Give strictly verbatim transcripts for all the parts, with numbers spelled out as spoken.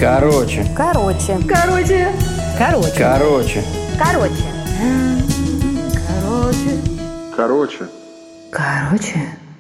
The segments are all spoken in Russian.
Короче. Короче. Короче. Короче. Короче. Короче. Короче. Короче. Короче.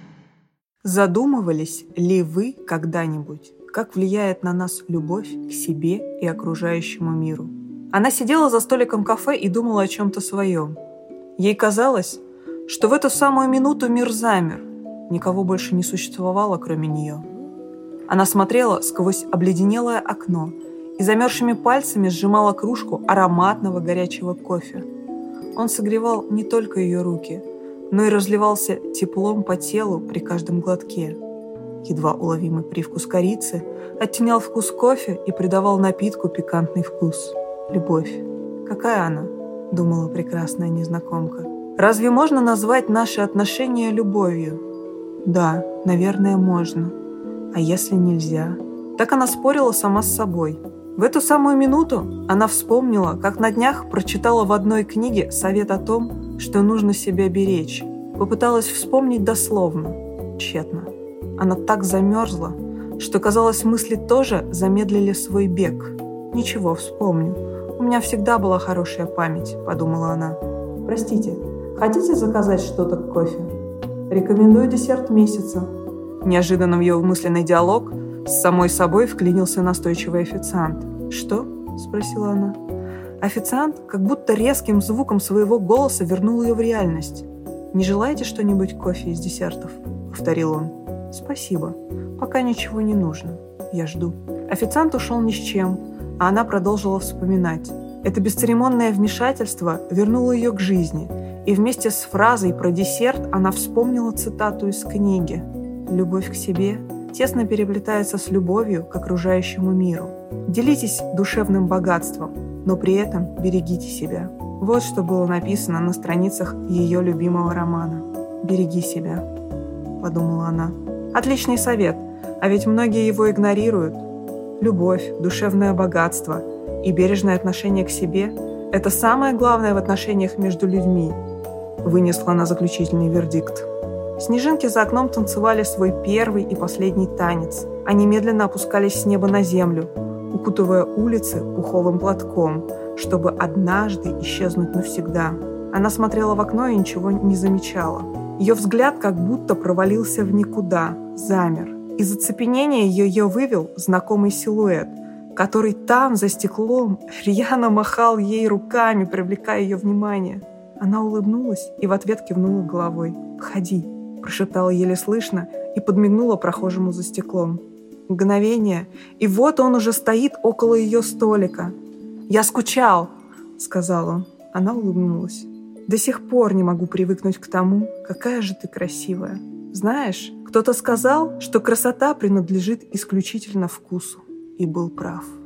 Задумывались ли вы когда-нибудь, как влияет на нас любовь к себе и окружающему миру? Она сидела за столиком кафе и думала о чем-то своем. Ей казалось, что в эту самую минуту мир замер, никого больше не существовало, кроме нее. Она смотрела сквозь обледенелое окно и замерзшими пальцами сжимала кружку ароматного горячего кофе. Он согревал не только ее руки, но и разливался теплом по телу при каждом глотке. Едва уловимый привкус корицы оттенял вкус кофе и придавал напитку пикантный вкус. Любовь. Какая она? Думала прекрасная незнакомка. Разве можно назвать наши отношения любовью? Да, наверное, можно. А если нельзя? Так она спорила сама с собой. В эту самую минуту она вспомнила, как на днях прочитала в одной книге совет о том, что нужно себя беречь. Попыталась вспомнить дословно. Тщетно. Она так замерзла, что, казалось, мысли тоже замедлили свой бег. «Ничего, вспомню. У меня всегда была хорошая память», — подумала она. «Простите, хотите заказать что-то к кофе? Рекомендую десерт месяца». Неожиданно в ее мысленный диалог с самой собой вклинился настойчивый официант. «Что?» – спросила она. Официант как будто резким звуком своего голоса вернул ее в реальность. «Не желаете что-нибудь кофе из десертов?» – повторил он. «Спасибо. Пока ничего не нужно. Я жду». Официант ушел ни с чем, а она продолжила вспоминать. Это бесцеремонное вмешательство вернуло ее к жизни, и вместе с фразой про десерт она вспомнила цитату из книги. «Любовь к себе тесно переплетается с любовью к окружающему миру. Делитесь душевным богатством, но при этом берегите себя». Вот что было написано на страницах ее любимого романа. «Береги себя», — подумала она. Отличный совет, а ведь многие его игнорируют. Любовь, душевное богатство и бережное отношение к себе – это самое главное в отношениях между людьми, вынесла она заключительный вердикт. Снежинки за окном танцевали свой первый и последний танец. Они медленно опускались с неба на землю, укутывая улицы пуховым платком, чтобы однажды исчезнуть навсегда. Она смотрела в окно и ничего не замечала. Ее взгляд как будто провалился в никуда, замер. Из оцепенения ее вывел знакомый силуэт, который там, за стеклом, рьяно махал ей руками, привлекая ее внимание. Она улыбнулась и в ответ кивнула головой. «Входи», – прошептала еле слышно и подмигнула прохожему за стеклом. Мгновение, и вот он уже стоит около ее столика. «Я скучал», – сказал он. Она улыбнулась. «До сих пор не могу привыкнуть к тому, какая же ты красивая. Знаешь, кто-то сказал, что красота принадлежит исключительно вкусу, и был прав».